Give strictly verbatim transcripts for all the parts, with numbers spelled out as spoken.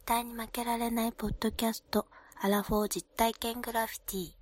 対に負けられないポッドキャスト、アラフォー実体験グラフィティ。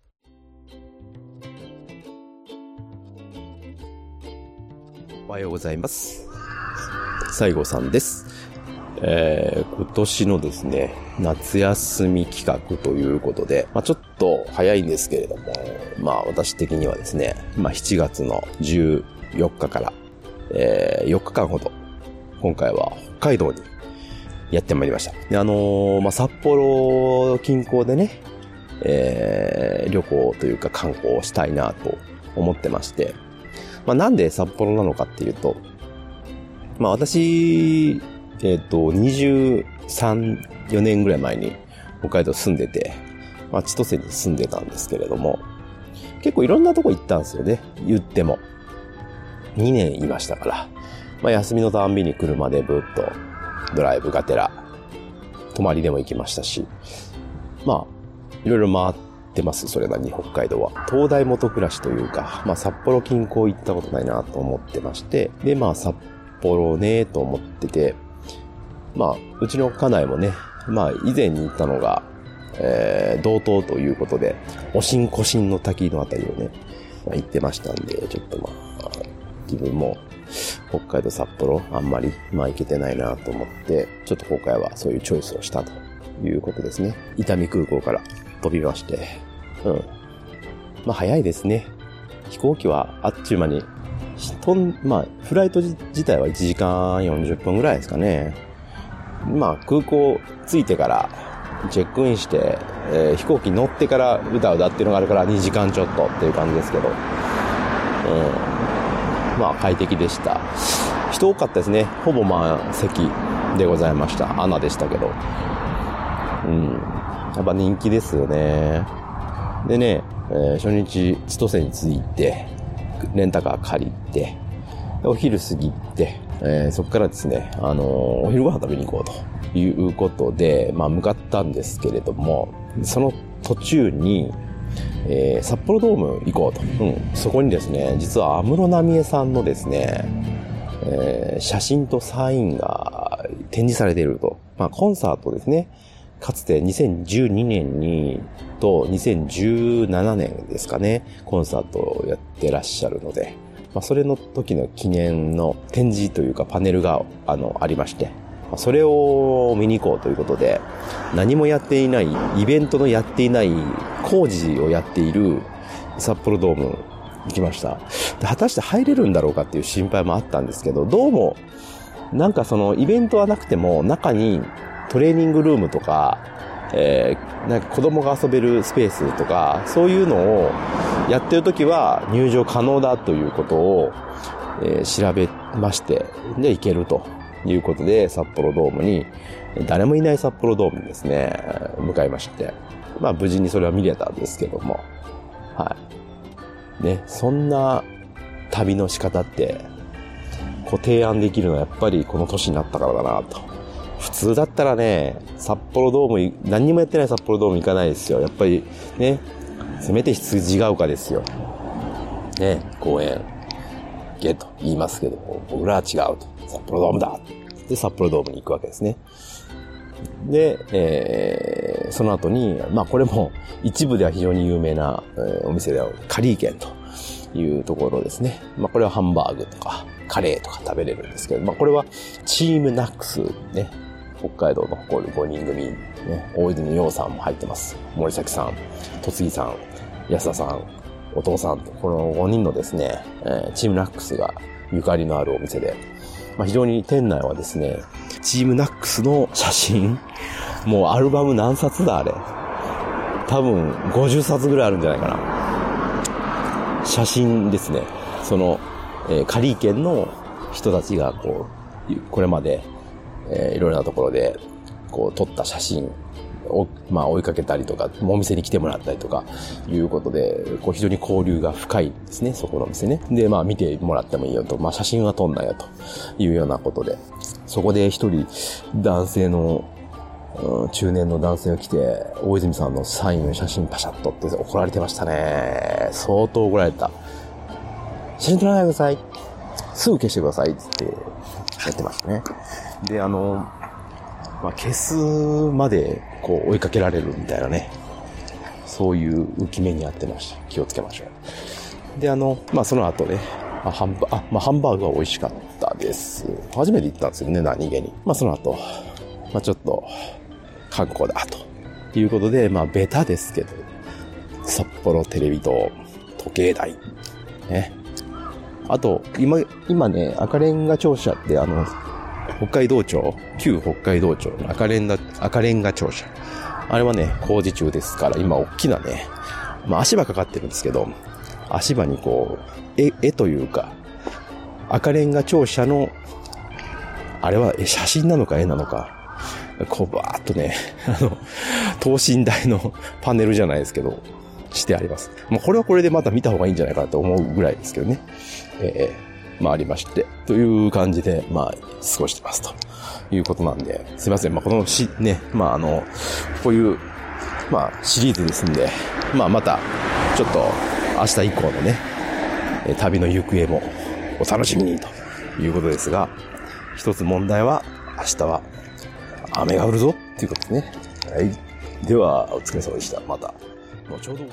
おはようございます。西郷さんです。えー、今年のですね、夏休み企画ということで、まあ、ちょっと早いんですけれども、まあ私的にはですね、まあしちがつのじゅうよっかから、えー、よっかかんほど、今回は北海道にやってまいりました。で、あのー、まあ札幌近郊でね、えー、旅行というか観光をしたいなと思ってまして、まあなんで札幌なのかっていうと、まあ私、えっと、にじゅうさん、よねんぐらい前に北海道住んでて、まあ千歳に住んでたんですけれども、結構いろんなとこ行ったんですよね、言っても。にねんいましたから。まあ休みのたんびに車でぶっとドライブがてら、泊まりでも行きましたし、まあ、いろいろ回ってます、それなりに北海道は。東大元暮らしというか、まあ札幌近郊行ったことないなと思ってまして、で、まあ札幌ねと思ってて、まあ、うちの家内もね、まあ以前に行ったのが、えー、道東ということで、おしんこしんの滝のあたりをね、まあ、行ってましたんで、ちょっとまあ、自分も北海道札幌あんまりまあ行けてないなと思って、ちょっと今回はそういうチョイスをしたということですね。伊丹空港から飛びまして、うん。まあ早いですね。飛行機はあっちゅう間に、とん、まあフライト自体はいちじかんよんじゅっぷんぐらいですかね。まあ空港着いてからチェックインして、えー、飛行機乗ってからうだうだっていうのがあるからにじかんちょっとっていう感じですけど、うん、まあ快適でした。人多かったですね。ほぼ満席でございました。アナでしたけど、うん、やっぱ人気ですよね。でね、えー、初日千歳に着いてレンタカー借りてお昼過ぎて、えー、そこからですね、あのー、お昼ご飯食べに行こうということで、まあ向かったんですけれども、その途中に、えー、札幌ドーム行こうと。うん。そこにですね、実は安室奈美恵さんのですね、えー、写真とサインが展示されていると。まあコンサートですね。かつてにせんじゅうにねんにとにせんじゅうななねんですかね、コンサートをやってらっしゃるので、まあ、それの時の記念の展示というかパネルがあのありまして、それを見に行こうということで、何もやっていない、イベントのやっていない工事をやっている札幌ドーム行きました。で、果たして入れるんだろうかっていう心配もあったんですけど、どうもなんかそのイベントはなくても中にトレーニングルームとか、えー、なんか子供が遊べるスペースとか、そういうのをやってるときは入場可能だということを、えー、調べまして、で行けるということで札幌ドームに、誰もいない札幌ドームにですね、向かいまして、まあ無事にそれは見れたんですけども、はい。ね、そんな旅の仕方って、こう提案できるのはやっぱりこの年になったからだなと。普通だったらね、札幌ドーム、何にもやってない札幌ドーム行かないですよ。やっぱりね、せめて羊ヶ丘ですよ。ね、公園、行けと言いますけど、僕らは違うと。札幌ドームだで、札幌ドームに行くわけですね。で、えー、その後に、まあこれも一部では非常に有名な、えー、お店ではカリー軒というところですね。まあこれはハンバーグとかカレーとか食べれるんですけど、まあこれはチームナックスね。北海道の誇るごにん組、ね、大泉洋さんも入ってます。森崎さん、戸次さん、安田さん、お父さんと、このごにんのですね、えー、チームナックスがゆかりのあるお店で、まあ、非常に店内はですね、チームナックスの写真、もうアルバム何冊だあれ。多分ごじゅっさつぐらいあるんじゃないかな。写真ですね。その、えー、カリー軒の人たちがこう、これまでえー、いろいろなところでこう撮った写真をまあ追いかけたりとか、お店に来てもらったりとかいうことで、こう非常に交流が深いですね、そこのお店ね。で、まあ見てもらってもいいよと、まあ写真は撮んなよというようなことで、そこで一人男性の、うん、中年の男性が来て、大泉さんのサインの写真パシャッとって怒られてましたね。相当怒られた。写真撮らないでください。すぐ消してくださいってやってましたね。で、あの、 まあ、消すまで、こう、追いかけられるみたいなね。そういう浮き目にあってました。気をつけましょう。で、あの、まあ、その後ね、あ、ハンバ、あ、まあ、ハンバーグは美味しかったです。初めて行ったんですよね、何気に。まあ、その後、まあ、ちょっと、観光だ、ということで、まあ、ベタですけど、札幌テレビ塔、時計台、ね。あと、今、今ね、赤レンガ庁舎って、あの、北海道庁、旧北海道庁の赤レンガ、赤レンガ庁舎。あれはね、工事中ですから、今、大きなね、まあ、足場かかってるんですけど、足場にこう、絵、絵というか、赤レンガ庁舎の、あれは写真なのか絵なのか、こうバーっとね、あの、等身大のパネルじゃないですけど、してあります。まあ、これはこれでまた見た方がいいんじゃないかなと思うぐらいですけどね。えー、まあありまして、という感じで、まあ、過ごしてますということなんで、すいません。まあこのし、ね、まああの、こういう、まあシリーズですんで、まあまた、ちょっと明日以降のね、旅の行方もお楽しみにということですが、一つ問題は、明日は雨が降るぞっていうことですね。はい。では、お疲れ様でした。また、後ほど。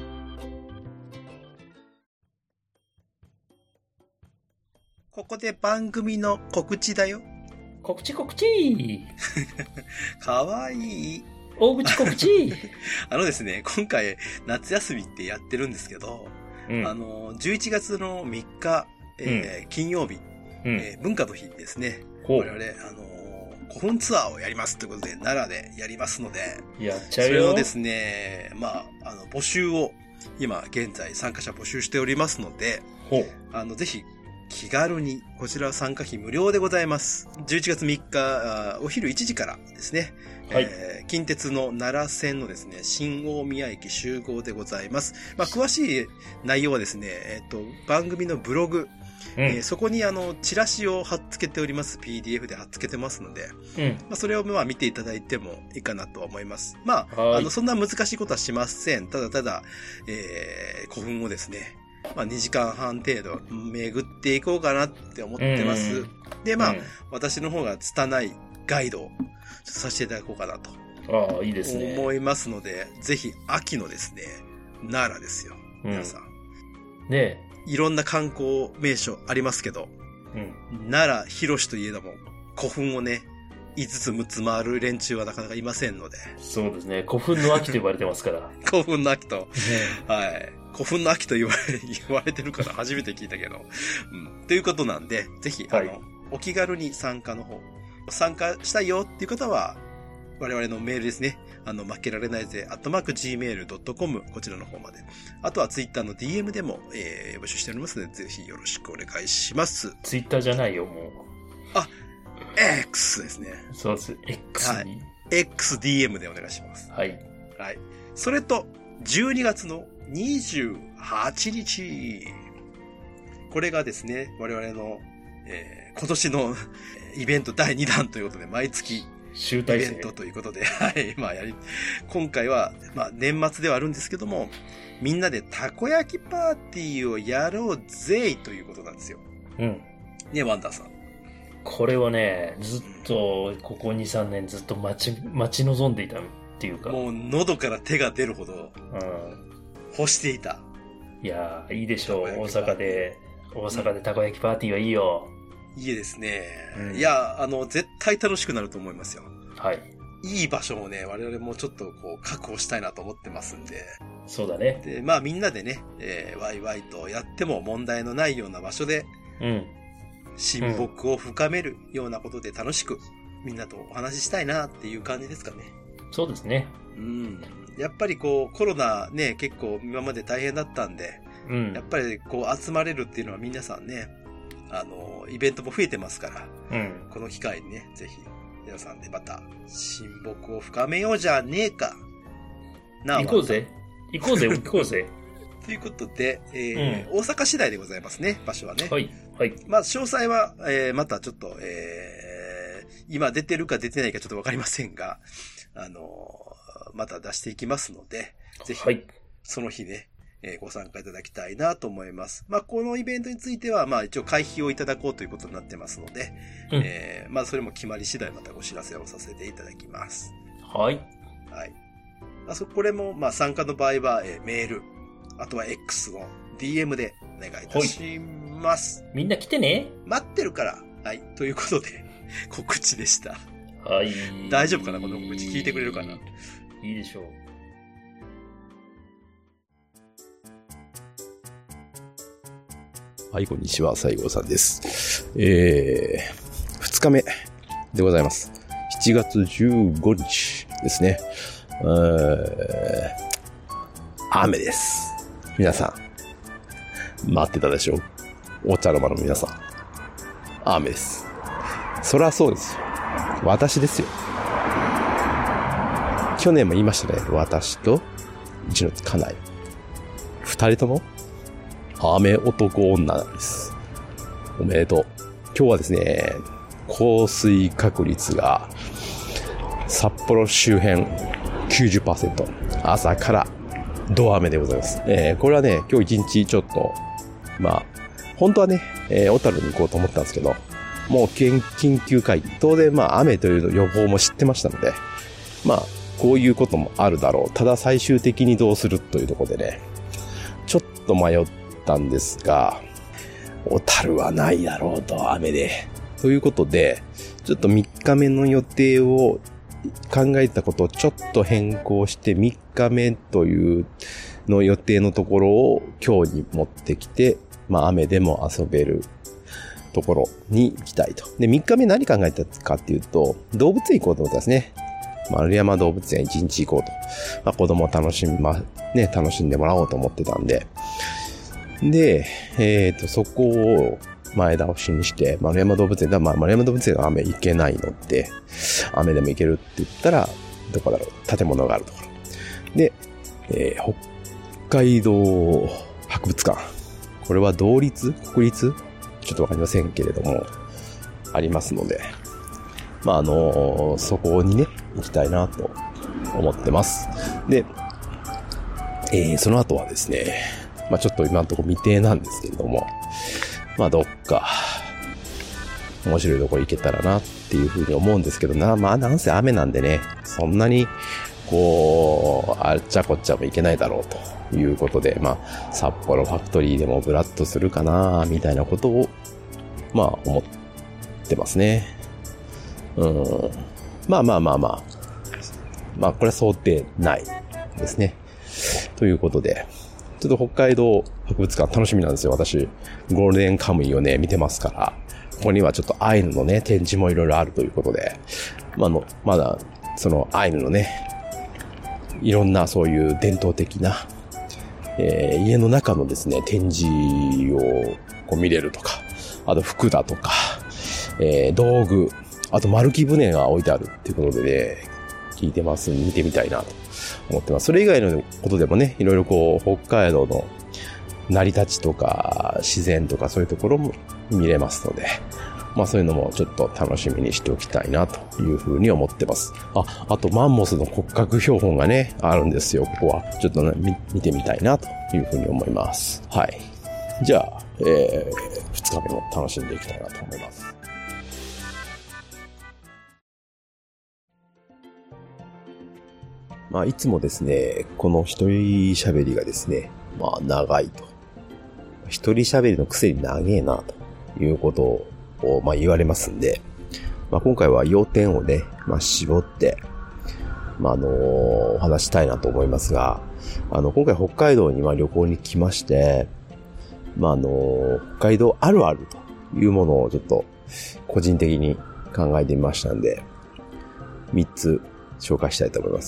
ここで番組の告知だよ。 告知告知かわいい。 大口告知あのですね、今回夏休みってやってるんですけど、うん、あの、じゅういちがつのみっか、えーうん、金曜日、うんえー、文化の日にですね、我々、あの、古墳ツアーをやりますということで、奈良でやりますので、 やっちゃうよ。 それをですね、まあ、あの、募集を、今現在参加者募集しておりますので、 ほうあの、ぜひ、気軽に、こちらは参加費無料でございます。じゅういちがつみっか、お昼いちじからですね、はいえー、近鉄の奈良線のですね、新大宮駅集合でございます。まあ、詳しい内容はですね、えっと、番組のブログ、うんえー、そこにあの、チラシを貼っ付けております。ピーディーエフ で貼っ付けてますので、うんまあ、それをまあ見ていただいてもいいかなと思います。まあ、あの、そんな難しいことはしません。ただただ、えー、古墳をですね、まあ、にじかんはん程度巡っていこうかなって思ってます。で、まあ、うん、私の方が拙いガイドをちょっとさせていただこうかなと。 ああ、いいですね。 思いますので、ぜひ秋のですね、奈良ですよ。皆さん。 うん、ねえ。 いろんな観光名所ありますけど、うん、奈良広しといえども、古墳をね、いつつむっつ回る連中はなかなかいませんので。 そうですね。古墳の秋と呼ばれてますから。 古墳の秋と。ね、はい。古墳の秋と言われ、言われてるから初めて聞いたけど。うん。ということなんで、ぜひ、はい、あの、お気軽に参加の方、参加したいよっていう方は、我々のメールですね。あの、負けられないぜ、アットマーク ジーメールドットコム、こちらの方まで。あとはツイッターの ディーエム でも、えー、募集しておりますので、ぜひよろしくお願いします。 ツイッターじゃないよ、もう。 あ、X ですね。 そうです。X に。はい。 エックスディーエム でお願いします。 はい。 はい。それと、じゅうにがつのにじゅうはちにち。これがですね、我々の、えー、今年のイベントだいにだんということで、毎月、 集大成イベントということで、はい、まあやり、今回は、まあ年末ではあるんですけども、みんなでたこ焼きパーティーをやろうぜということなんですよ。 うん。 ね、ワンダーさん。 これはね、ずっと、ここに、さんねんずっと待ち、待ち望んでいたっていうか。 もう喉から手が出るほど、うん。欲していた。 いやー、いいでしょう。大阪で、大阪でたこ焼きパーティーはいいよ。 いいですね、うん。いや、あの、絶対楽しくなると思いますよ。 はい。 いい場所をね、我々もちょっとこう、確保したいなと思ってますんで。 そうだね。 で、まあみんなでね、えー、ワイワイとやっても問題のないような場所で、 うん。 親睦を深めるようなことで楽しく、みんなとお話ししたいなっていう感じですかね。 そうですね。 うん。やっぱりこう、コロナね、結構今まで大変だったんで、うん、やっぱりこう集まれるっていうのは皆さんね、あの、イベントも増えてますから、うん、この機会にね、ぜひ、皆さんでまた、親睦を深めようじゃねえか。 なあ、行こうぜ。行こうぜ、行こうぜ。 ということで、えーうん、大阪市内でございますね、場所はね。 はい。はい。 まあ、詳細は、えー、またちょっと、えー、今出てるか出てないかちょっとわかりませんが、あのー、また出していきますので、ぜひ、はい、その日ね、 えー、ご参加いただきたいなと思います。まあ、このイベントについては、まあ、一応会費をいただこうということになってますので、うん、えー、まあ、それも決まり次第またお知らせをさせていただきます。 はい。 はい。まあ、そ、これも、まあ、参加の場合は、えー、メール、あとは X の ディーエム でお願いいたします。 みんな来てね。 待ってるから。はい。ということで、告知でした。 はい。 大丈夫かなこの告知聞いてくれるかな。 いいでしょう。 はい、こんにちは、西郷さんです。えー、二日目でございます。しちがつじゅうごにちですね。えー、雨です。皆さん、待ってたでしょ？お茶の間の皆さん。雨です。そりゃそうですよ。私ですよ。去年も言いましたね。私と、うちの家内。二人とも雨男女なんです。おめでとう。今日はですね、降水確率が札幌周辺 きゅうじゅっパーセント。朝からド雨でございます。えー、これはね、今日一日ちょっと、まあ、本当はね、えー、小樽に行こうと思ったんですけど、もう緊急会議。当然まあ雨という予報も知ってましたので、まあ、こういうこともあるだろう。ただ最終的にどうするというところでね、ちょっと迷ったんですが、小樽はないだろうと、雨で。ということで、ちょっとみっかめの予定を考えたことをちょっと変更してみっかめというの予定のところを今日に持ってきて、まあ雨でも遊べるところに行きたいと。で、みっかめ何考えたかっていうと、動物園行こうと思ったんですね。丸山動物園いちにち行こうと。まあ子供を楽しみま、ね、楽しんでもらおうと思ってたんで。で、えっと、そこを前倒しにして、丸山動物園だ、まあ丸山動物園は雨行けないので、雨でも行けるって言ったら、どこだろう、建物があるところ。で、えー、北海道博物館。これは同立？国立？ちょっとわかりませんけれども、ありますので、まあ、あのー、そこにね、行きたいなと思ってます。で、えー、その後はですね、まあ、ちょっと今のところ未定なんですけれども、まあ、どっか、面白いところ行けたらなっていうふうに思うんですけどな、まあ、なんせ雨なんでね、そんなに、こう、あっちゃこっちゃも行けないだろうということで、まあ、札幌ファクトリーでもブラッとするかな、みたいなことを、まあ、思ってますね。うん。まあまあまあまあ。まあ、これは想定内ですね。ということで、ちょっと北海道博物館楽しみなんですよ。私、ゴールデンカムイをね、見てますから、ここにはちょっとアイヌのね、展示もいろいろあるということで、まあの、まだ、そのアイヌのね、いろんなそういう伝統的な、えー、家の中のですね、展示をこう見れるとか、あと服だとか、えー、道具、あと丸木舟が置いてあるっていうことで、ね、聞いてます。見てみたいなと思ってます。それ以外のことでもね、いろいろこう、北海道の成り立ちとか、自然とかそういうところも見れますので、まあそういうのもちょっと楽しみにしておきたいなというふうに思ってます。あ、あとマンモスの骨格標本がね、あるんですよ。ここは。ちょっと、ね、見, 見てみたいなというふうに思います。はい。じゃあ、えー、二日目も楽しんでいきたいなと思います。まあいつもですね、この一人喋りがですね、まあ長いと。一人喋りのくせに長えなということををまあ言われますんで、まあ今回は要点をね、まあ絞って、まああのー、お話したいなと思いますが、あの今回北海道にまあ旅行に来まして、まああのー、北海道あるあるというものをちょっと個人的に考えてみましたんで、みっつ紹介したいと思います。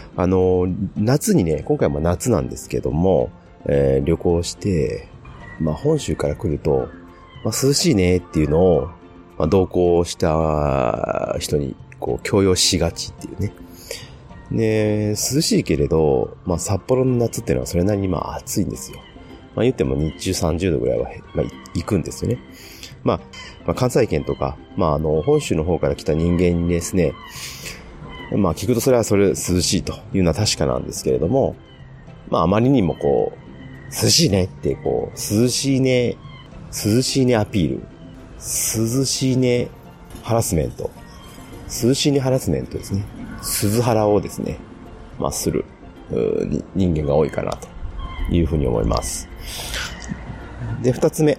あのー、夏にね、今回も夏なんですけども、えー、旅行して、まあ本州から来ると、まあ、涼しいねっていうのを、まあ、同行した人にこう強要しがちっていうね。で、涼しいけれど、まあ、札幌の夏っていうのはそれなりにまあ暑いんですよ。まあ、言っても日中さんじゅうどぐらいは、まあ、行くんですよね。まあ、まあ、関西圏とか、まあ、あの、本州の方から来た人間にですね、まあ、聞くとそれはそれ涼しいというのは確かなんですけれども、まあ、あまりにもこう、 涼しいねってこう、涼しいね、涼しいねアピール。涼しいねハラスメント。涼しいねハラスメントですね。涼ハラをですね、まあする人間が多いかなというふうに思います。で、二つ目。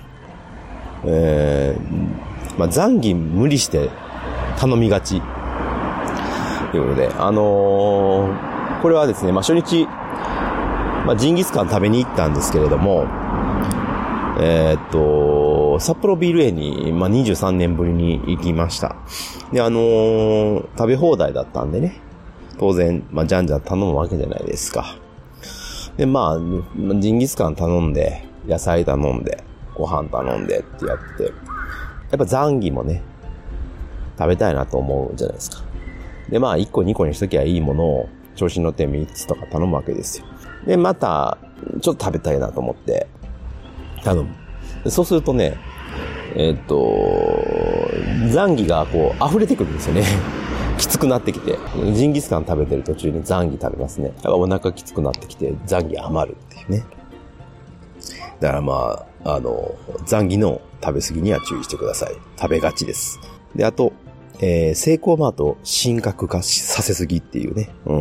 えー、まあ残儀無理して頼みがち。ということで、あのー、これはですね、まあ初日、まあジンギスカン食べに行ったんですけれども、えー、っと、札幌ビール園に、まあ、にじゅうさんねんぶりに行きました。で、あのー、食べ放題だったんでね、当然、まあ、じゃんじゃん頼むわけじゃないですか。で、まあ、ジンギスカン頼んで、野菜頼んで、ご飯頼んでってやって、やっぱザンギもね、食べたいなと思うじゃないですか。で、まあ、いっこにこにしときゃいいものを、調子に乗ってみっつとか頼むわけですよ。で、また、ちょっと食べたいなと思って、頼む。そうするとね、えー、っと、残儀がこう溢れてくるんですよね。きつくなってきて、ジンギスカン食べてる途中に残儀食べますね。だからお腹きつくなってきて残儀余るっていうね。だからまあ、あの、残儀の食べ過ぎには注意してください。食べがちです。で、あと、えー、セイコーマート神格化させすぎっていうね。うん。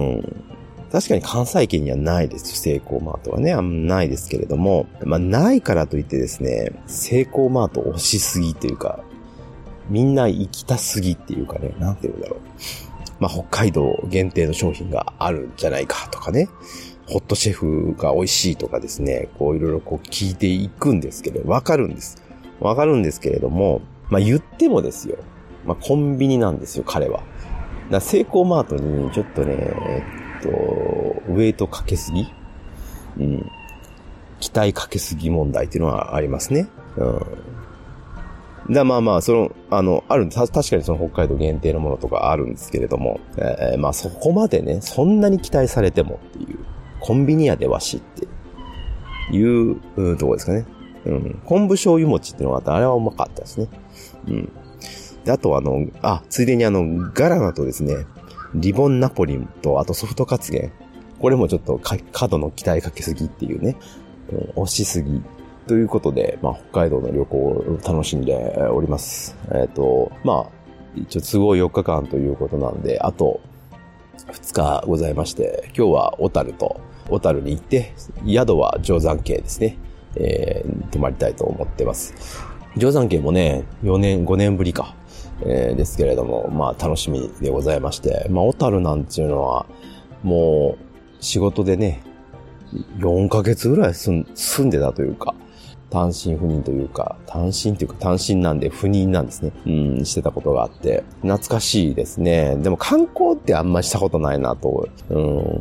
確かに関西圏にはないです。セイコーマートはね、あんまないですけれども、まあないからといってですね、セイコーマート押しすぎっていうか、みんな行きたすぎっていうかね、なんていうんだろう。まあ北海道限定の商品があるんじゃないかとかね、ホットシェフが美味しいとかですね、こういろいろこう聞いていくんですけど、わかるんです。わかるんですけれども、まあ言ってもですよ、まあコンビニなんですよ、彼は。だからセイコーマートにちょっとね、とウェイトかけすぎ、うん、期待かけすぎ問題っていうのはありますね。うん。だまあまあそのあのあるた確かにその北海道限定のものとかあるんですけれども、えー、まあそこまでねそんなに期待されてもっていうコンビニ屋でわしっていう、うん、ところですかね。うん。昆布醤油餅っていうのがあってあれはうまかったですね。うん。であとあのあついでにあのガラナとですね。リボンナポリンと、あとソフトカツゲン。これもちょっと過度の期待かけすぎっていうね。うん、押しすぎ。ということで、まあ、北海道の旅行を楽しんでおります。えっと、まあ、一応都合よっかかんということなんで、あとふつかございまして、今日は小樽と、小樽に行って、宿は定山渓ですね。えー、泊まりたいと思ってます。定山渓もね、よねん、ごねんぶりか。えー、ですけれども、まあ楽しみでございまして、まあ小樽なんていうのは、もう仕事でね、よんかげつぐらい住ん、住んでたというか、単身赴任というか、単身というか単身なんで赴任なんですね。うん、してたことがあって、懐かしいですね。でも観光ってあんましたことないなと、うん、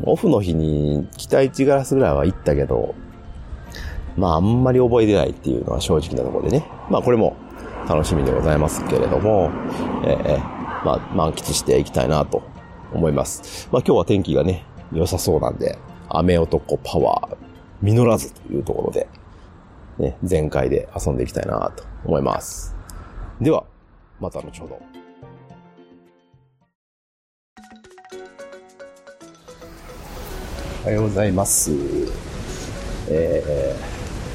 オフの日に北一ガラスぐらいは行ったけど、まああんまり覚えてないっていうのは正直なところでね。まあこれも、楽しみでございますけれども、えー、まあ、満喫していきたいなと思います。まあ今日は天気がね、良さそうなんで、雨男パワー実らずというところで、ね、全開で遊んでいきたいなと思います。では、また後ほど。おはようございます。えー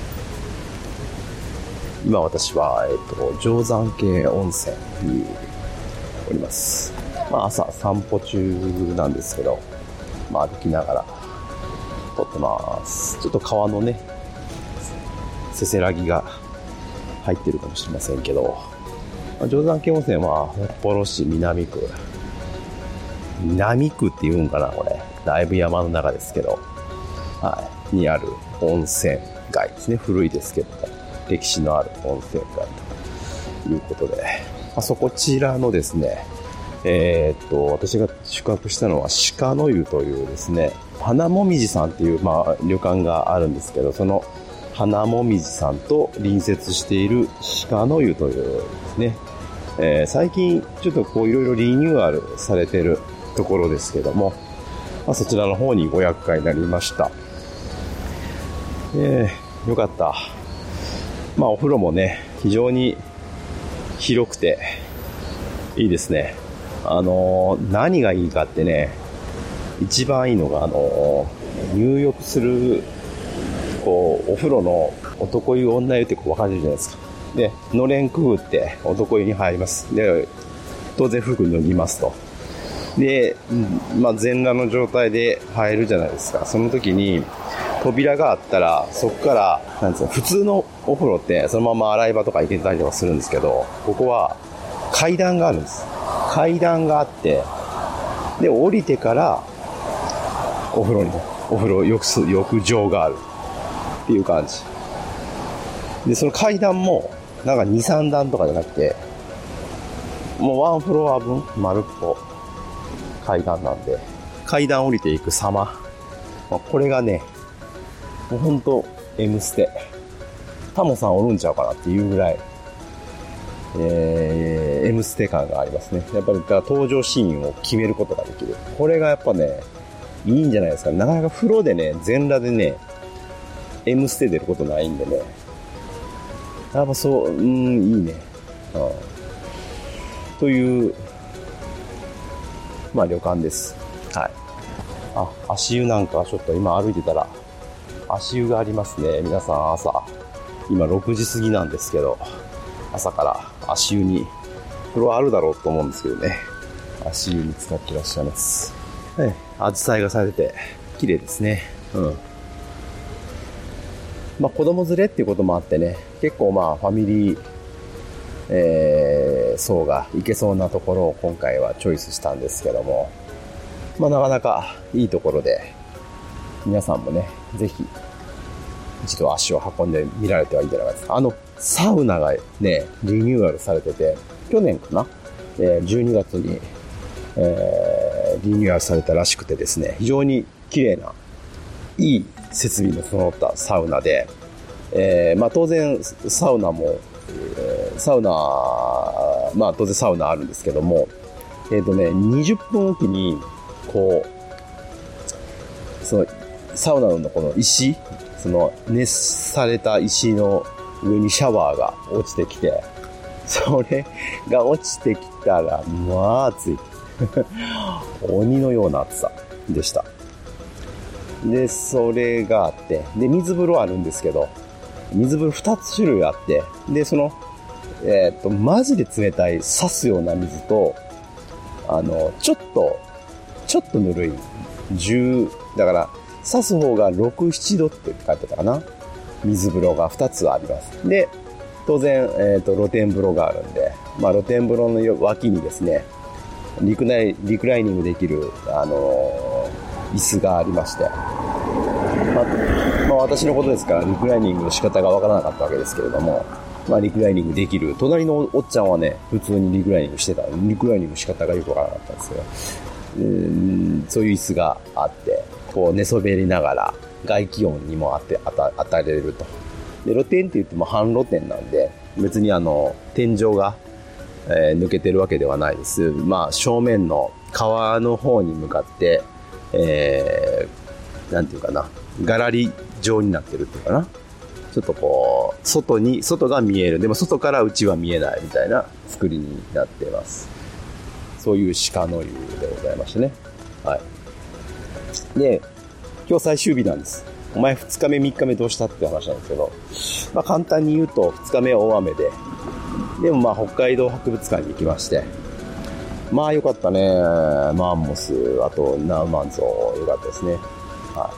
今私は、えっと、定山渓温泉におります。まあ朝散歩中なんですけど、まあ歩きながら撮ってます。ちょっと川のね、せせらぎが入ってるかもしれませんけど、まあ、定山渓温泉は札幌市南区。南区って言うんかなこれ。だいぶ山の中ですけど、はい、にある温泉街ですね。古いですけど。歴史のある温泉街ということで、あそこちらのですね、えー、っと、私が宿泊したのは鹿の湯というですね、花もみじさんっていう、まあ、旅館があるんですけど、その花もみじさんと隣接している鹿の湯というですね、えー、最近ちょっとこういろいろリニューアルされてるところですけども、まあ、そちらの方にご厄介になりました。えー、よかった。まあお風呂もね、非常に広くていいですね。あのー、何がいいかってね、一番いいのが、あのー、入浴するこう、お風呂の男湯女湯ってこう分かれるじゃないですか。で、のれんくぐって男湯に入ります。で、当然服脱ぎますと。で、まあ、全裸の状態で入るじゃないですか。その時に、扉があったら、そこから、なんですか、普通のお風呂って、そのまま洗い場とか行けたりとかするんですけど、ここは階段があるんです。階段があって、で、降りてから、お風呂に、お風呂浴室、浴場があるっていう感じ。で、その階段も、なんかに、さんだんとかじゃなくて、もうワンフロア分、丸っぽ階段なんで、階段降りていく様。まあ、これがね、もうほんと、M ステ。タモさんおるんちゃうかなっていうぐらい、えー、M ステ感がありますね。やっぱり、だから登場シーンを決めることができる。これがやっぱね、いいんじゃないですか。なかなか風呂でね、全裸でね、M ステ出ることないんでね。やっぱそう、うーん、いいね。うん、という、まあ旅館です。はい。あ、足湯なんかちょっと今歩いてたら、足湯がありますね。皆さん朝、今ろくじ過ぎなんですけど、朝から足湯に、風呂あるだろうと思うんですけどね。足湯に使ってらっしゃいます。はい。アジサイがされてて、綺麗ですね。うん。まあ子供連れっていうこともあってね、結構まあファミリー、えー、層が行けそうなところを今回はチョイスしたんですけども、まあなかなかいいところで、皆さんもね、ぜひ一度足を運んでみられてはいいんじゃないですか。あの、サウナがね、リニューアルされてて、去年かな、えー、じゅうにがつに、えー、リニューアルされたらしくてですね、非常に綺麗な、いい設備の揃ったサウナで、えー、まあ当然サウナも、えー、サウナ、まあ当然サウナあるんですけども、えっとね、にじゅっぷんおきに、こう、その、サウナのこの石、その熱された石の上にシャワーが落ちてきて、それが落ちてきたら、まあ暑い。鬼のような暑さでした。で、それがあって、で、水風呂あるんですけど、水風呂ふたつ種類あって、で、その、えーっと、マジで冷たい、刺すような水と、あの、ちょっと、ちょっとぬるい、じゅう、だから、刺す方がろく、ななどって書いてたかな。水風呂がふたつあります。で、当然、えーっと、露天風呂があるんで、まあ、露天風呂の脇にですね、リクライ、リクライニングできる、あのー、椅子がありまして、まあ、まあ、私のことですから、リクライニングの仕方がわからなかったわけですけれども、まあ、リクライニングできる。隣のおっちゃんはね、普通にリクライニングしてた。リクライニングの仕方がよくわからなかったんですけど、うーん、そういう椅子があって、こう寝そべりながら、外気温にも当て、当た、当たれると。で、露天って言っても半露天なんで、別にあの、天井が、えー、抜けてるわけではないです。まあ、正面の川の方に向かって、えー、なんていうかな、ガラリ状になってるっていうかな。ちょっとこう、外に、外が見える。でも外から内は見えないみたいな作りになっています。そういう鹿の湯でございましてね。はい。で、今日最終日なんです。お前ふつかめみっかめどうしたって話なんですけど、まあ簡単に言うとふつかめは大雨で、でもまあ北海道博物館に行きまして、まあよかったね。マンモス、あとナウマンゾウ、よかったですね。はい。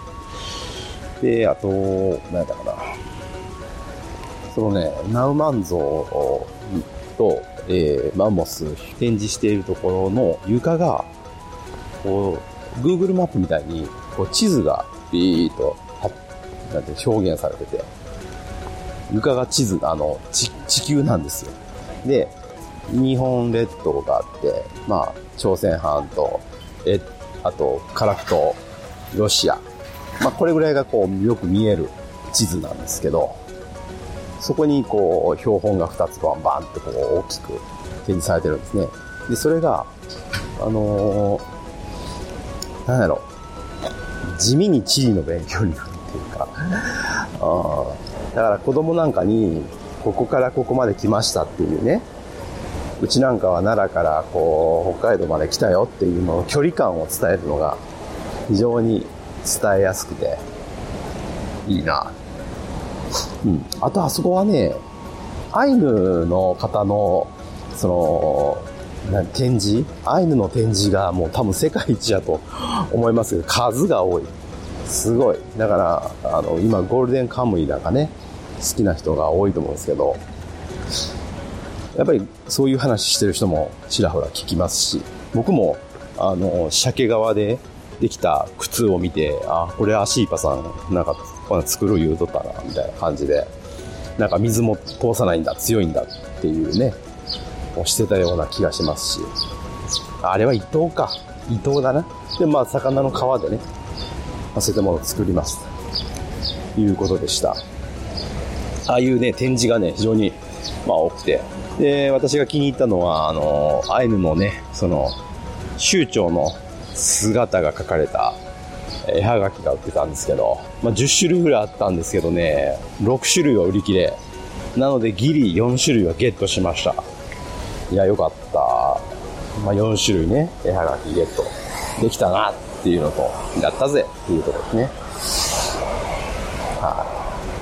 で、あと、何やったかな。そのね、ナウマンゾウと、えー、マンモス展示しているところの床が、こう、Google マップみたいに、こう地図がビーッと、なんて表現されてて、床が地図、あの、地、地球なんですよ。で、日本列島があって、まあ、朝鮮半島、え、あと、樺太、ロシア。まあ、これぐらいがこう、よく見える地図なんですけど、そこにこう、標本がふたつバンバンってこう、大きく展示されてるんですね。で、それが、あのー、なんやろ、地味に地理の勉強になるっていうか、あだから子供なんかに、ここからここまで来ましたっていうね、うちなんかは奈良からこう北海道まで来たよっていうのを距離感を伝えるのが非常に伝えやすくていいな。 うん。あとあそこはね、アイヌの方の、その、な展示アイヌの展示がもう多分世界一だと思いますけど、数が多い。すごい。だから、あの、今ゴールデンカムイなんかね、好きな人が多いと思うんですけど、やっぱりそういう話してる人もちらほら聞きますし、僕も、あの、鮭川でできた靴を見て、あ、これアシーパさん、なんか、作る言うとったな、みたいな感じで、なんか水も通さないんだ、強いんだっていうね、をしてたような気がしますし、あれは伊藤か。伊藤だな。で、まあ、魚の皮でね、そういったものを作ります。ということでした。ああいうね、展示がね、非常に、まあ、多くて。で、私が気に入ったのは、あの、アイヌのね、その、酋長の姿が描かれた絵はがきが売ってたんですけど、まあ、じゅっしゅるいぐらいあったんですけどね、ろくしゅるいは売り切れ。なのでギリよんしゅるいはゲットしました。いや、よかった。まあ、よんしゅるいね、絵はがきゲットできたなっていうのと、やったぜっていうことですね。はい。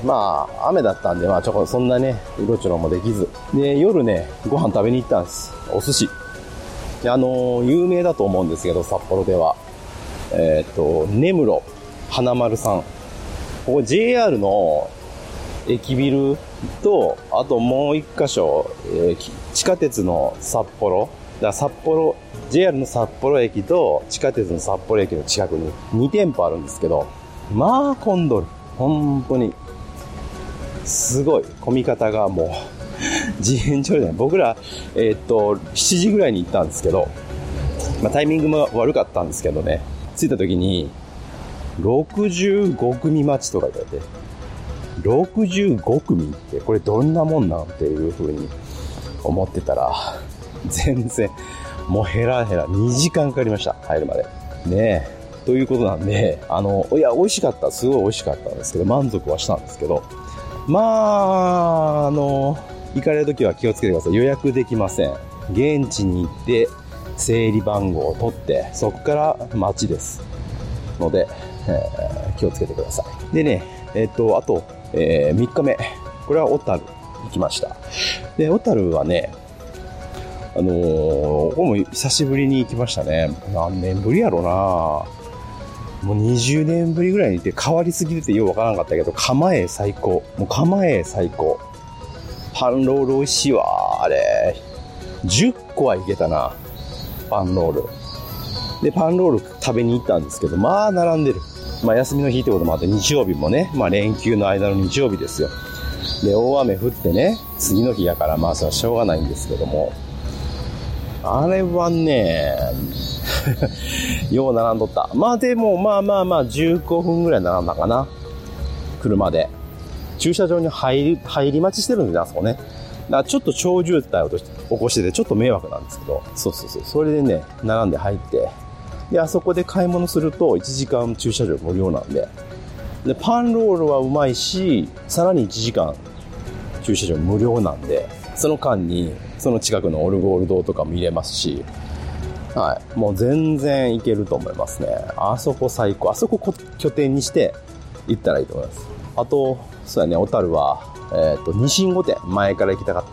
まあ、雨だったんで、まあ、ちょこ、そんなね、うろちょろもできず。で、夜ね、ご飯食べに行ったんです。お寿司。で、あのー、有名だと思うんですけど、札幌では。えっと、根室花丸さん。ここ ジェイアール の駅ビルと、あともう一箇所、えー、地下鉄の札幌。だから札幌、ジェイアール の札幌駅と地下鉄の札幌駅の近くににてんぽあるんですけど、まあ混んどる。本当に。すごい。混み方がもう、自変調じゃない。僕ら、えー、っと、しちじぐらいに行ったんですけど、まあタイミングも悪かったんですけどね。着いた時に、ろくじゅうごくみ待ちとか言われて、ろくじゅうごくみってこれどんなもんなんていう風に思ってたら、全然、もうヘラヘラにじかんかかりました。入るまで。ねえ。ということなんで、あの、いや、美味しかった。すごい美味しかったんですけど、満足はしたんですけど、まあ、あの、行かれるときは気をつけてください。予約できません。現地に行って、整理番号を取って、そこから待ちです。ので、えー、気をつけてください。でね、えっと、あと、えー、みっかめ。これは小樽行きました。で、小樽はね、あのー、ここも久しぶりに行きましたね。何年ぶりやろな。もうにじゅうねんぶりぐらいに行って変わりすぎててようわからなかったけど、構え最高。もう構え最高。パンロール美味しいわ、あれ。じゅっこはいけたな。パンロール。で、パンロール食べに行ったんですけど、まあ、並んでる。まあ、休みの日ってこともあって、日曜日もね、まあ、連休の間の日曜日ですよ。で、大雨降ってね、次の日やから、まあ、それはしょうがないんですけども、あれはね、よう並んどった。まあ、でも、まあまあまあ、じゅうごふんぐらい並んだかな。車で。駐車場に入り、入り待ちしてるんですよ、あそこね。だからちょっと長渋滞を起こしてて、ちょっと迷惑なんですけど、そうそうそう。それでね、並んで入って、で、あそこで買い物するといちじかん駐車場無料なんで、で、パンロールはうまいし、さらにいちじかん駐車場無料なんで、その間に、その近くのオルゴール堂とかも見れますし、はい。もう全然いけると思いますね。あそこ最高。あそこ拠点にして行ったらいいと思います。あと、そうやね、小樽は、えっと、ニシン御殿。前から行きたかった。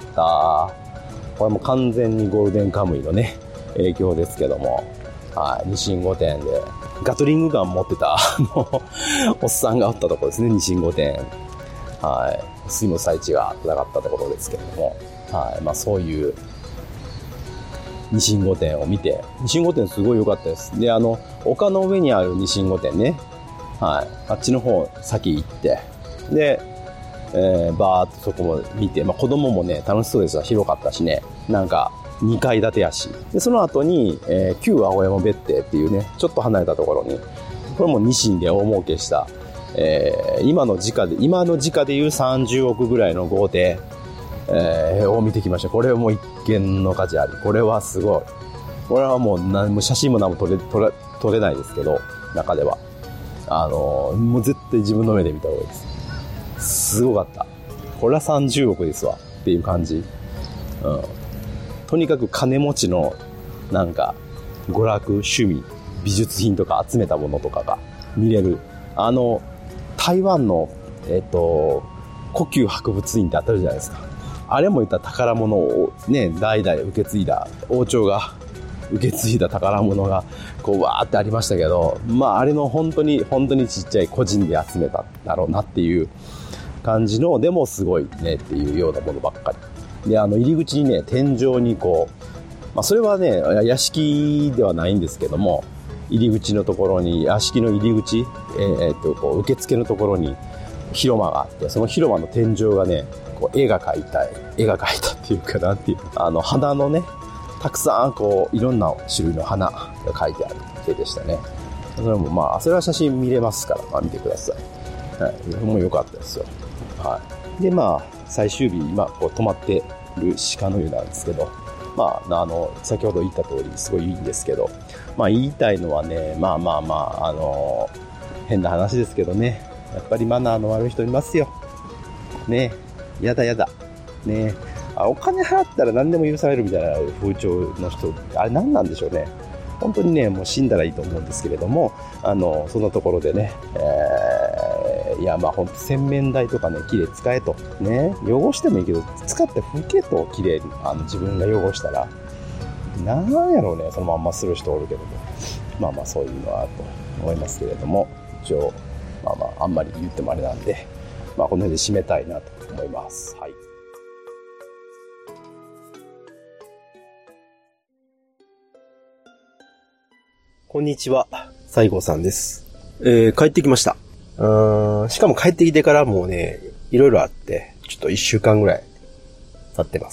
これも完全にゴールデンカムイのね、影響ですけども、はい。ニシン御殿で、ガトリングガン持ってた、あの、おっさんがおったところですね、ニシン御殿。はい。スイム最地が戦ったところですけども、はい。まあそういう、ニシン御殿を見て、ニシン御殿すごい良かったです。で、あの、丘の上にあるニシン御殿ね、はい。あっちの方先行って、で、えー、バーっとそこも見て、まあ子供もね、楽しそうですが広かったしね、なんかにかい建てやし。で、その後に、えー、旧青山別邸っていうね、ちょっと離れたところに、これもニシンで大儲けした、えー、今の時価で、今の時価でいうさんじゅうおくぐらいの豪邸、えー、を見てきました。これはもう一見の価値あり。これはすごい。これはもう何も写真も何も撮れ、撮れ、撮れないですけど、中では。あのー、もう絶対自分の目で見た方がいいです。すごかった。これはさんじゅうおくですわ。っていう感じ。うん。とにかく金持ちの、なんか、娯楽、趣味、美術品とか集めたものとかが見れる。あの、台湾の、えっと、 故宮博物院ってあったじゃないですか。あれも言ったら宝物をね、代々受け継いだ、王朝が受け継いだ宝物がこうわーってありましたけど、まああれの本当に本当にちっちゃい個人で集めたんだろうなっていう感じの、でもすごいねっていうようなものばっかりで、あの入り口にね、天井にこう、まあそれはね屋敷ではないんですけども、入り口のところに、屋敷の入り口、えー、えー、っとこう受付のところに広間があって、その広間の天井がね、こう絵が描いた絵が描いたっていうか、なんていう、あの花のね、たくさんこういろんな種類の花が描いてある絵でしたね。それもまあそれは写真見れますから、まあ、見てください。はい、それも良かったですよ。はい。でまあ最終日、今こう泊まってる鹿の湯なんですけど、まああの先ほど言った通りすごいいいんですけど、まあ言いたいのはね、まあまあまああの変な話ですけどね、やっぱりマナーの悪い人いますよ。ね、やだやだ。ね、あ、お金払ったら何でも許されるみたいな風潮の人、あれ何なんでしょうね。本当にね、もう死んだらいいと思うんですけれども、あのそんなところでね、えー、いやまあ本当洗面台とかね、きれい使えとね、汚してもいいけど使って拭けと、きれいにあの自分が汚したら、なんやろうね、そのまんまする人おるけども、まあまあそういうのはあると思いますけれども、一応まあまああんまり言ってもあれなんで、まあこの辺で締めたいなと思います。はい。こんにちは、西郷さんです。えー、帰ってきました。うーん、しかも帰ってきてからもうね、いろいろあって、ちょっと一週間ぐらい経ってます。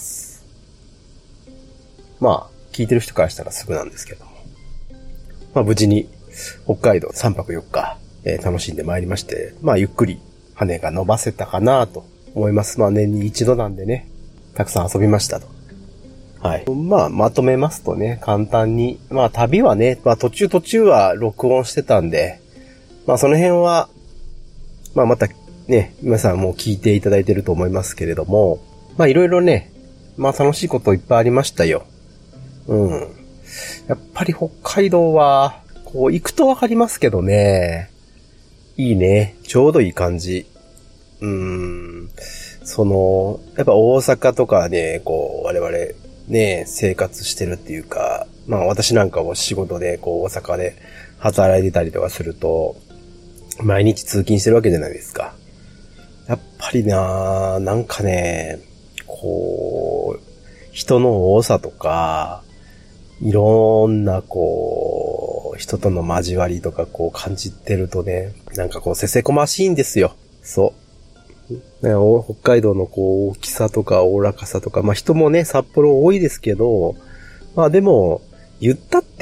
まあ、聞いてる人からしたらすぐなんですけども。まあ無事に北海道さんぱくよっか、えー、楽しんでまいりまして、まあゆっくり羽が伸ばせたかなと思います。まあ年に一度なんでね、たくさん遊びましたと。はい。まあ、まとめますとね、簡単に。まあ、旅はね、まあ、途中途中は録音してたんで、まあ、その辺は、まあ、またね、皆さんもう聞いていただいてると思いますけれども、まあ、いろいろね、まあ、楽しいこといっぱいありましたよ。うん。やっぱり北海道は、こう、行くとわかりますけどね、いいね。ちょうどいい感じ。うーん。その、やっぱ大阪とかね、こう、我々、ね、生活してるっていうか、まあ私なんかも仕事でこう大阪で働いてたりとかすると、毎日通勤してるわけじゃないですか。やっぱりな、なんかね、こう、人の多さとか、いろんなこう、人との交わりとかこう感じてるとね、なんかこうせせこましいんですよ。そう。ね、北海道のこう大きさとかおおらかさとか、まあ人もね、札幌多いですけど、まあでも、言ったって、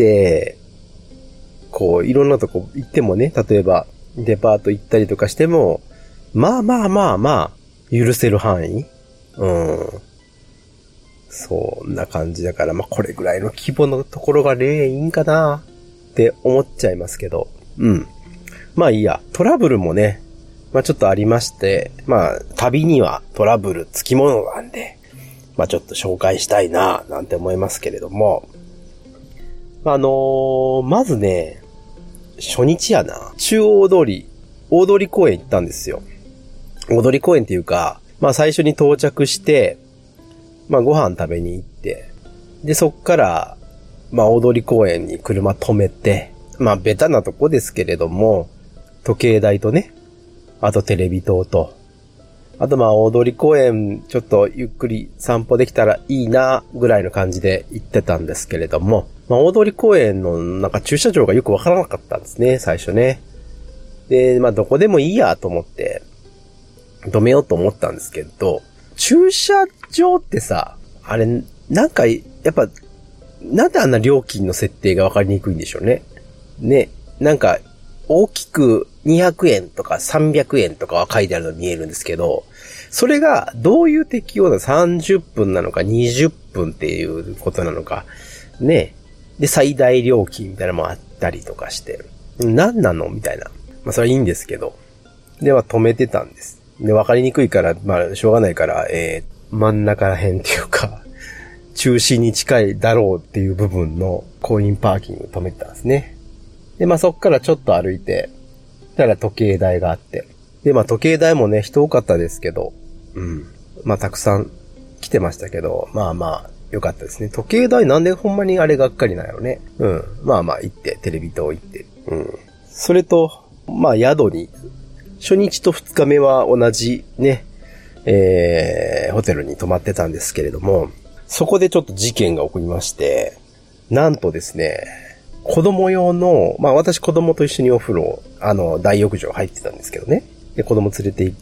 こういろんなとこ行ってもね、例えばデパート行ったりとかしても、まあまあまあまあ、許せる範囲。うん。そんな感じだから、まあこれぐらいの規模のところが例いいんかなって思っちゃいますけど、うん。まあいいや、トラブルもね、まあちょっとありまして、まあ旅にはトラブルつきものなんで、まあちょっと紹介したいななんて思いますけれども、あのー、まずね、初日やな、中央通り、大通公園行ったんですよ。大通公園っていうか、まあ最初に到着して、まあご飯食べに行って、でそっから、まあ大通公園に車止めて、まあベタなとこですけれども、時計台とね、あとテレビ塔と、あとまあ大通公園ちょっとゆっくり散歩できたらいいなぐらいの感じで行ってたんですけれども、まあ大通公園のなんか駐車場がよくわからなかったんですね、最初ね。で、まあどこでもいいやと思って止めようと思ったんですけど、駐車場ってさ、あれなんかやっぱなんであんな料金の設定がわかりにくいんでしょうね。ね、なんか大きくにひゃくえんとかさんびゃくえんとかは書いてあるの見えるんですけど、それがどういう適用なの、さんじゅっぷんなのかにじゅっぷんっていうことなのか、ね。で、最大料金みたいなのもあったりとかして、何なのみたいな。まあそれはいいんですけど。では止めてたんです。で、わかりにくいから、まあしょうがないから、えー、真ん中ら辺っていうか、中心に近いだろうっていう部分のコインパーキング止めてたんですね。で、まあそっからちょっと歩いて、たら時計台があって。で、まあ時計台もね、人多かったですけど、 うん。まあ、たくさん来てましたけど、まあまあ、よかったですね。時計台なんでほんまにあれがっかりなんやろね。うん。まあまあ、行って、テレビ塔行って。うん。それと、まあ、宿に、初日と二日目は同じね、えー、ホテルに泊まってたんですけれども、そこでちょっと事件が起こりまして、なんとですね、子供用の、まあ私子供と一緒にお風呂、あの、大浴場入ってたんですけどね。で、子供連れて行って、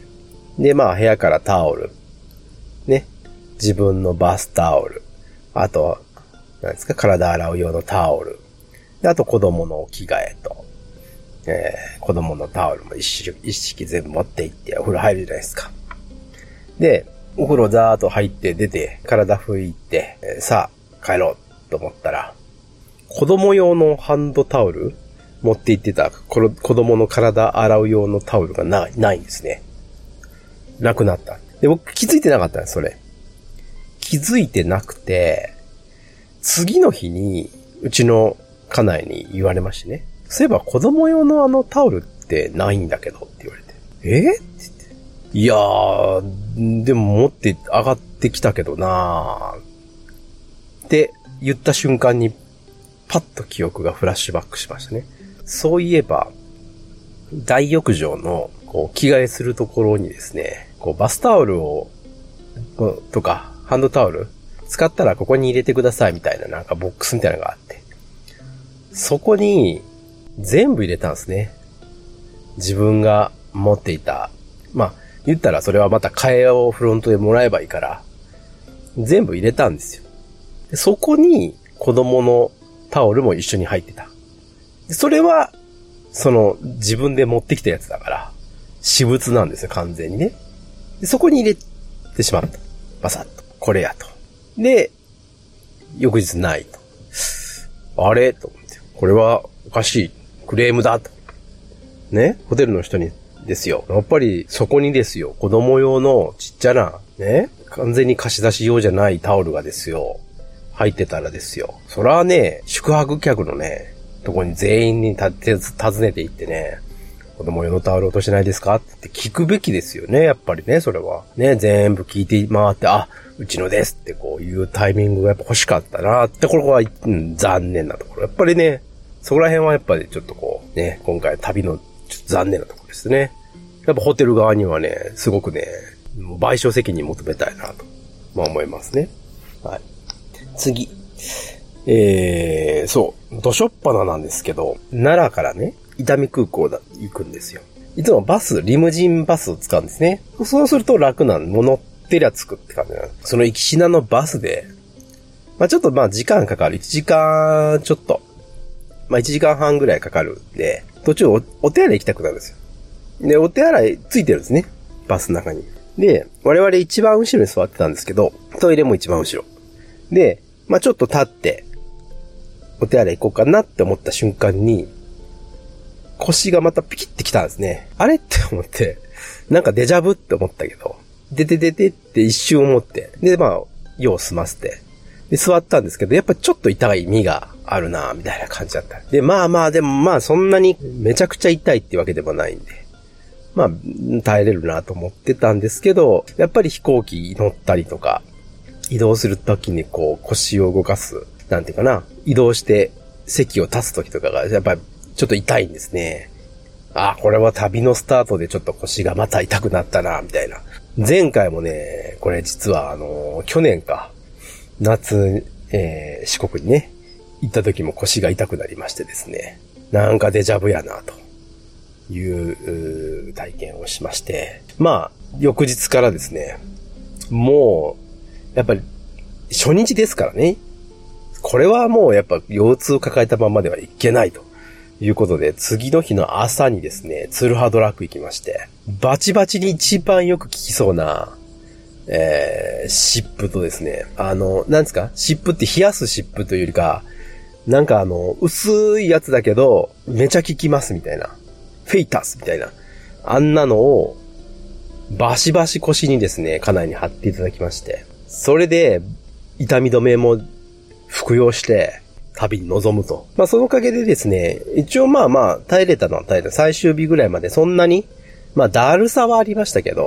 で、まあ部屋からタオル、ね、自分のバスタオル、あと、なんですか、体洗う用のタオル、で、あと子供の着替えと、えー、子供のタオルも一式、一式全部持って行ってお風呂入るじゃないですか。で、お風呂ザーッと入って出て、体拭いて、えー、さあ、帰ろうと思ったら、子供用のハンドタオル持って行ってた、この子供の体洗う用のタオルがない、ないんですね。なくなった。で、僕気づいてなかったんです、それ。気づいてなくて、次の日に、うちの家内に言われましてね。そういえば子供用のあのタオルってないんだけどって言われて。えって言って。いやー、でも持って上がってきたけどなーって言った瞬間にパッと記憶がフラッシュバックしましたね。そういえば、大浴場のこう着替えするところにですね、こうバスタオルを、とかハンドタオル使ったらここに入れてくださいみたいななんかボックスみたいなのがあって、そこに全部入れたんですね。自分が持っていた。まあ、言ったらそれはまた替えをフロントでもらえばいいから、全部入れたんですよ。でそこに子供のタオルも一緒に入ってた。でそれは、その自分で持ってきたやつだから、私物なんですよ、完全にね。でそこに入れてしまった。バサッと。これやと。で、翌日ないと。あれと思って。これはおかしい。クレームだと。ね、ホテルの人にですよ。やっぱりそこにですよ。子供用のちっちゃな、ね、完全に貸し出し用じゃないタオルがですよ。入ってたらですよ。そらね、宿泊客のね、とこに全員に訪ねて行ってね、子供用のタオル落としてないですかって聞くべきですよね。やっぱりね、それは。ね、全部聞いて回って、あ、うちのですってこういうタイミングがやっぱ欲しかったなって、これは、うん、残念なところ。やっぱりね、そこら辺はやっぱりちょっとこう、ね、今回旅のちょっと残念なところですね。やっぱホテル側にはね、すごくね、賠償責任求めたいなと、まあ思いますね。はい。次。えー、そう、どしょっぱななんですけど、奈良からね、伊丹空港だ、行くんですよ。いつもバス、リムジンバスを使うんですね。そうすると楽なの。もう乗ってりゃ着くって感じなの。その行きしなのバスで、まあちょっとまあ時間かかる。いちじかんちょっと。まあいちじかんはんぐらいかかるんで、途中お、お手洗い行きたくなるんですよ。で、お手洗いついてるんですね。バスの中に。で、我々一番後ろに座ってたんですけど、トイレも一番後ろ。で、まあちょっと立って、お手洗い行こうかなって思った瞬間に、腰がまたピキってきたんですね。あれって思って、なんかデジャブって思ったけど、でてでてって一瞬思って、で、まあ、用を済ませて、で、座ったんですけど、やっぱちょっと痛い身があるなみたいな感じだった。で、まあまあ、でもまあ、そんなにめちゃくちゃ痛いってわけでもないんで、まあ、耐えれるなと思ってたんですけど、やっぱり飛行機乗ったりとか、移動するときにこう、腰を動かす、なんていうかな、移動して席を立つときとかが、やっぱりちょっと痛いんですね。あ、これは旅のスタートでちょっと腰がまた痛くなったなみたいな。前回もね、これ実はあの、去年か、夏、えー、四国にね、行った時も腰が痛くなりましてですね、なんかデジャブやな、という、体験をしまして、まあ、翌日からですね、もう、やっぱり、初日ですからね、これはもうやっぱ腰痛を抱えたままではいけないということで、次の日の朝にですね、ツルハドラッグ行きまして、バチバチに一番よく効きそうな、えー、湿布とですね、あの、なんですか？湿布って冷やす湿布というよりか、なんかあの、薄いやつだけど、めちゃ効きますみたいな。フェイタスみたいな。あんなのを、バシバシ腰にですね、家内に貼っていただきまして。それで、痛み止めも服用して、旅に臨むと。まあそのおかげでですね、一応まあまあ耐えれたのは耐えれた。最終日ぐらいまでそんなに、まあだるさはありましたけど、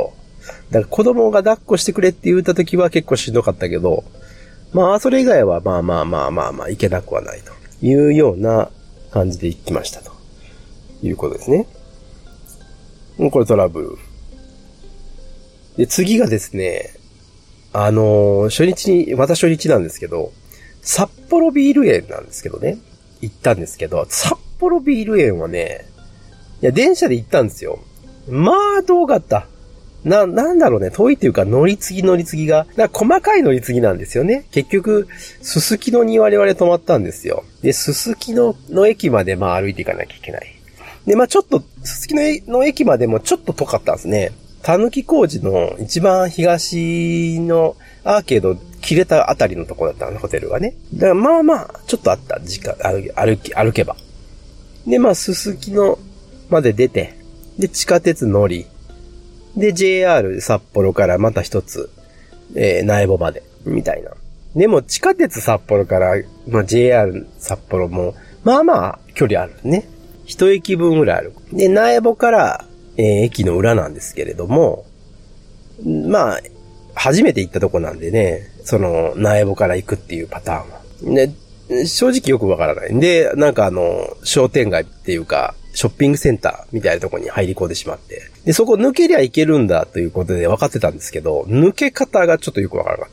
だから子供が抱っこしてくれって言った時は結構しんどかったけど、まあそれ以外はまあまあまあまあまあいけなくはないというような感じで行きましたということですね。これトラブル。で、次がですね、あのー、初日に、また初日なんですけど、札幌ビール園なんですけどね、行ったんですけど、札幌ビール園はね、いや、電車で行ったんですよ。まあ、遠かった。な、なんだろうね、遠いっていうか乗り継ぎ乗り継ぎが、だから細かい乗り継ぎなんですよね。結局、すすきのに我々泊まったんですよ。で、すすきのの駅までまあ歩いていかなきゃいけない。で、まあちょっと、すすきのの駅までもちょっと遠かったんですね。たぬき工事の一番東のアーケード切れたあたりのところだったの、ホテルがね。だからまあまあ、ちょっとあった、時間、歩き、歩けば。で、まあ、すすきのまで出て、で、地下鉄乗り、で、ジェイアール 札幌からまた一つ、えー、苗穂まで、みたいな。でも、地下鉄札幌から、まあ、ジェイアール 札幌も、まあまあ、距離あるね。一駅分ぐらいある。で、苗穂から、えー、駅の裏なんですけれども、まあ、初めて行ったとこなんでね、その、苗穂から行くっていうパターンは。で、正直よくわからない。で、なんかあの、商店街っていうか、ショッピングセンターみたいなとこに入り込んでしまって。で、そこ抜けりゃいけるんだということで分かってたんですけど、抜け方がちょっとよくわからなかった。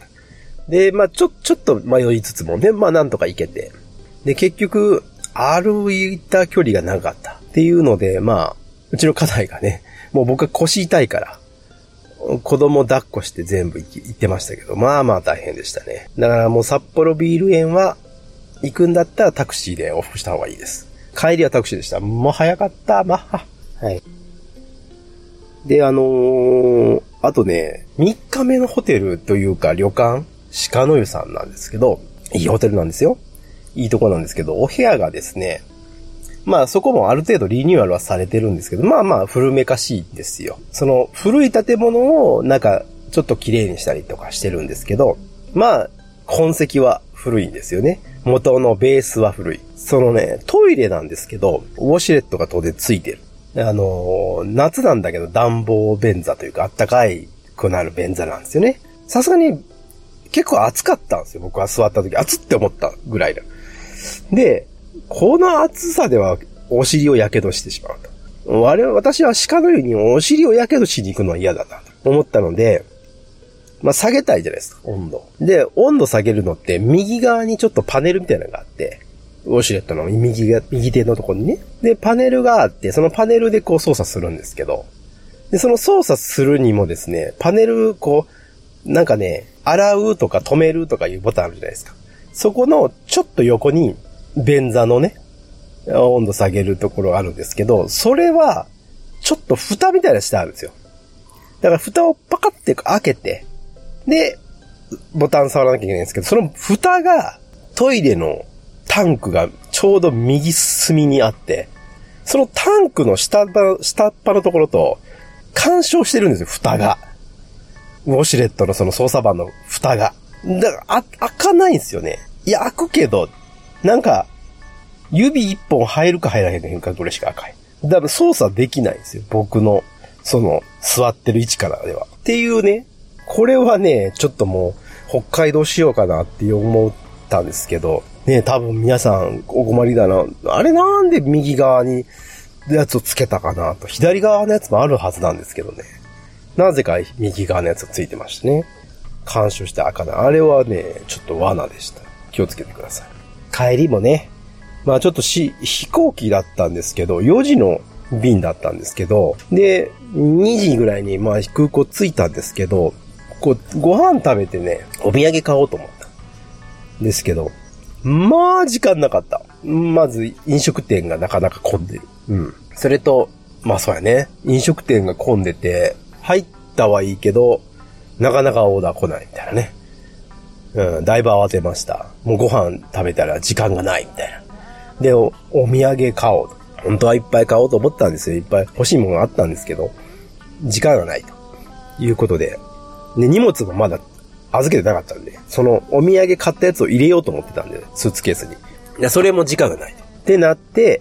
で、まあちょ、ちょっと迷いつつもね、まあなんとか行けて。で、結局、歩いた距離が長かったっていうので、まあ、うちの家内がね、もう僕は腰痛いから、子供抱っこして全部行ってましたけど、まあまあ大変でしたね。だからもう札幌ビール園は行くんだったらタクシーで往復した方がいいです。帰りはタクシーでした。もう早かった。まあ、はい。で、あのー、あとね、みっかめのホテルというか旅館、鹿の湯さんなんですけど、いいホテルなんですよ。いいとこなんですけど、お部屋がですね、まあそこもある程度リニューアルはされてるんですけど、まあまあ古めかしいんですよ。その古い建物をなんかちょっと綺麗にしたりとかしてるんですけど、まあ痕跡は古いんですよね。元のベースは古い。そのね、トイレなんですけど、ウォシュレットが当然ついてる。あのー、夏なんだけど暖房便座というかあったかいくなる便座なんですよね。さすがに結構暑かったんですよ。僕は座った時、暑って思ったぐらいだ。で、この暑さではお尻を火傷してしまうと。我々、私は鹿の湯にお尻を火傷しに行くのは嫌だなと思ったので、まあ下げたいじゃないですか、温度。で、温度下げるのって右側にちょっとパネルみたいなのがあって、ウォシュレットの右が、右手のところにね。で、パネルがあって、そのパネルでこう操作するんですけど、で、その操作するにもですね、パネル、こう、なんかね、洗うとか止めるとかいうボタンあるじゃないですか。そこのちょっと横に、便座のね、温度下げるところがあるんですけど、それは、ちょっと蓋みたいなしてあるんですよ。だから蓋をパカって開けて、で、ボタン触らなきゃいけないんですけど、その蓋がトイレのタンクがちょうど右隅にあって、そのタンクの下っ端、下っ端のところと干渉してるんですよ、蓋が。ウォシュレットのその操作盤の蓋が。だから、あ、開かないんですよね。いや、開くけど、なんか、指一本入るか入らへんかぐらいしか開かへん。だから操作できないんですよ。僕の、その、座ってる位置からでは。っていうね、これはね、ちょっともう、北海道しようかなって思ったんですけど、ね、多分皆さんお困りだな。あれなんで右側にやつをつけたかなと。左側のやつもあるはずなんですけどね。なぜか右側のやつがついてましたね。干渉して開かない。あれはね、ちょっと罠でした。気をつけてください。帰りもね、まあちょっとし、飛行機だったんですけど、よじの便だったんですけど、で、にじぐらいにまあ空港着いたんですけど、こう、ご飯食べてね、お土産買おうと思ったんですけど、まあ時間なかった。まず飲食店がなかなか混んでる。うん。それと、まあそうやね、飲食店が混んでて、入ったはいいけど、なかなかオーダー来ないみたいなね。うん、だいぶ慌てました。もうご飯食べたら時間がないみたいな。で、お、お土産買おうと。本当はいっぱい買おうと思ったんですよ。いっぱい欲しいものがあったんですけど、時間がないということで。で、荷物もまだ預けてなかったんで、そのお土産買ったやつを入れようと思ってたんで、スーツケースに。で、それも時間がない。ってなって、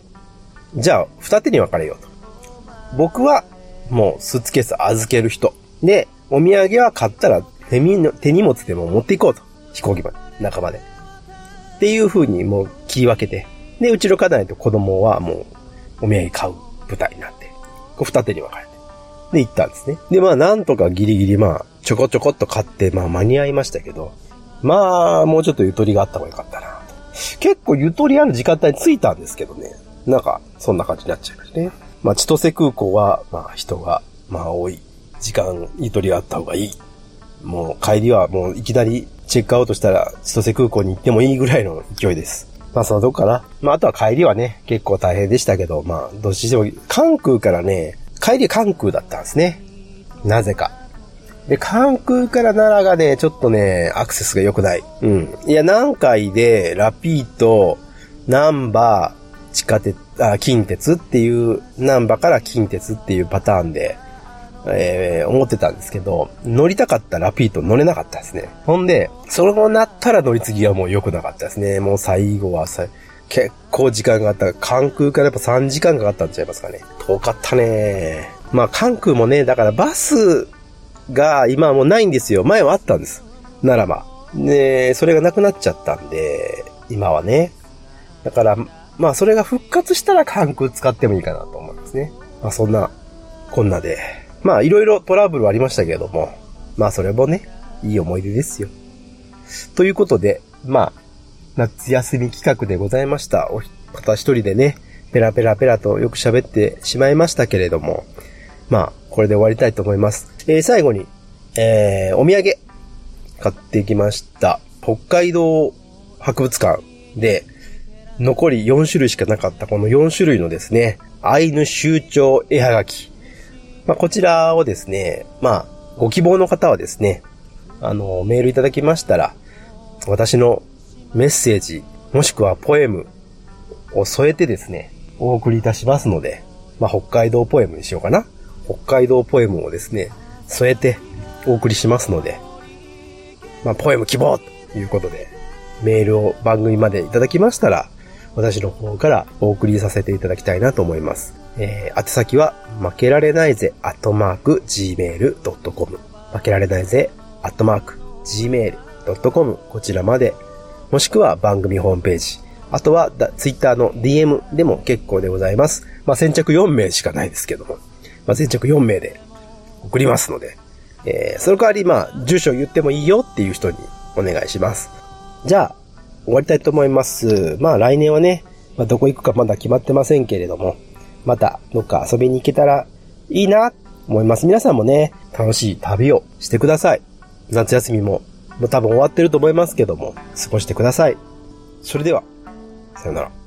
じゃあ、二手に分かれようと。僕は、もうスーツケース預ける人。で、 お土産は買ったら手に、手荷物でも持っていこうと。飛行機まで、中まで。っていう風にもう切り分けて。で、うちの家内と子供はもうお土産買う舞台になって、こう二手に分かれて。で、行ったんですね。で、まあなんとかギリギリまあ、ちょこちょこっと買って、まあ間に合いましたけど、まあ、もうちょっとゆとりがあった方がよかったなと。結構ゆとりある時間帯に着いたんですけどね。なんか、そんな感じになっちゃいましたね。まあ、千歳空港は、まあ人が、まあ多い。時間、ゆとりがあった方がいい。もう帰りはもういきなりチェックアウトしたら千歳空港に行ってもいいぐらいの勢いです。まあそのとこかな。まああとは帰りはね、結構大変でしたけど、まあどっちにしても、関空からね、帰り関空だったんですね。なぜか。で、関空から奈良がね、ちょっとね、アクセスが良くない。うん。いや、南海で、ラピート、南波、地下鉄、あ、近鉄っていう、南波から近鉄っていうパターンで、えー、思ってたんですけど、乗りたかったラピート乗れなかったですね。ほんで、それをなったら乗り継ぎはもう良くなかったですね。もう最後はさ、結構時間があった。関空からやっぱさんじかんかかったんちゃいますかね。遠かったね。まあ関空もね、だからバスが今はもうないんですよ。前はあったんです。ならば。で、それがなくなっちゃったんで、今はね。だから、まあそれが復活したら関空使ってもいいかなと思いますね。まあそんな、こんなで。まあいろいろトラブルはありましたけれども、まあそれもね、いい思い出ですよ。ということで、まあ、夏休み企画でございました。お方一人でね、ペラペラペラとよく喋ってしまいましたけれども、まあ、これで終わりたいと思います。えー、最後に、えー、お土産、買ってきました。北海道博物館で、残りよん種類しかなかったこのよん種類のですね、アイヌ州長絵はがき。まあ、こちらをですね、まあ、ご希望の方はですね、あの、メールいただきましたら、私のメッセージ、もしくはポエムを添えてですね、お送りいたしますので、まあ、北海道ポエムにしようかな。北海道ポエムをですね、添えてお送りしますので、まあ、ポエム希望ということで、メールを番組までいただきましたら、私の方からお送りさせていただきたいなと思います。えー、宛先は、負けられないぜ、アットマーク、ジーメールドットコム。負けられないぜ、アットマーク、ジーメールドットコム。こちらまで、もしくは番組ホームページ。あとは、ツイッターの ディーエム でも結構でございます。まあ、先着よん名しかないですけども。まあ、先着よん名で送りますので。えー、その代わり、まあ、住所言ってもいいよっていう人にお願いします。じゃあ、終わりたいと思います。まあ、来年はね、まあ、どこ行くかまだ決まってませんけれども、また、どっか遊びに行けたらいいなと思います。皆さんもね、楽しい旅をしてください。夏休みも、もう多分終わってると思いますけども、過ごしてください。それでは、さよなら。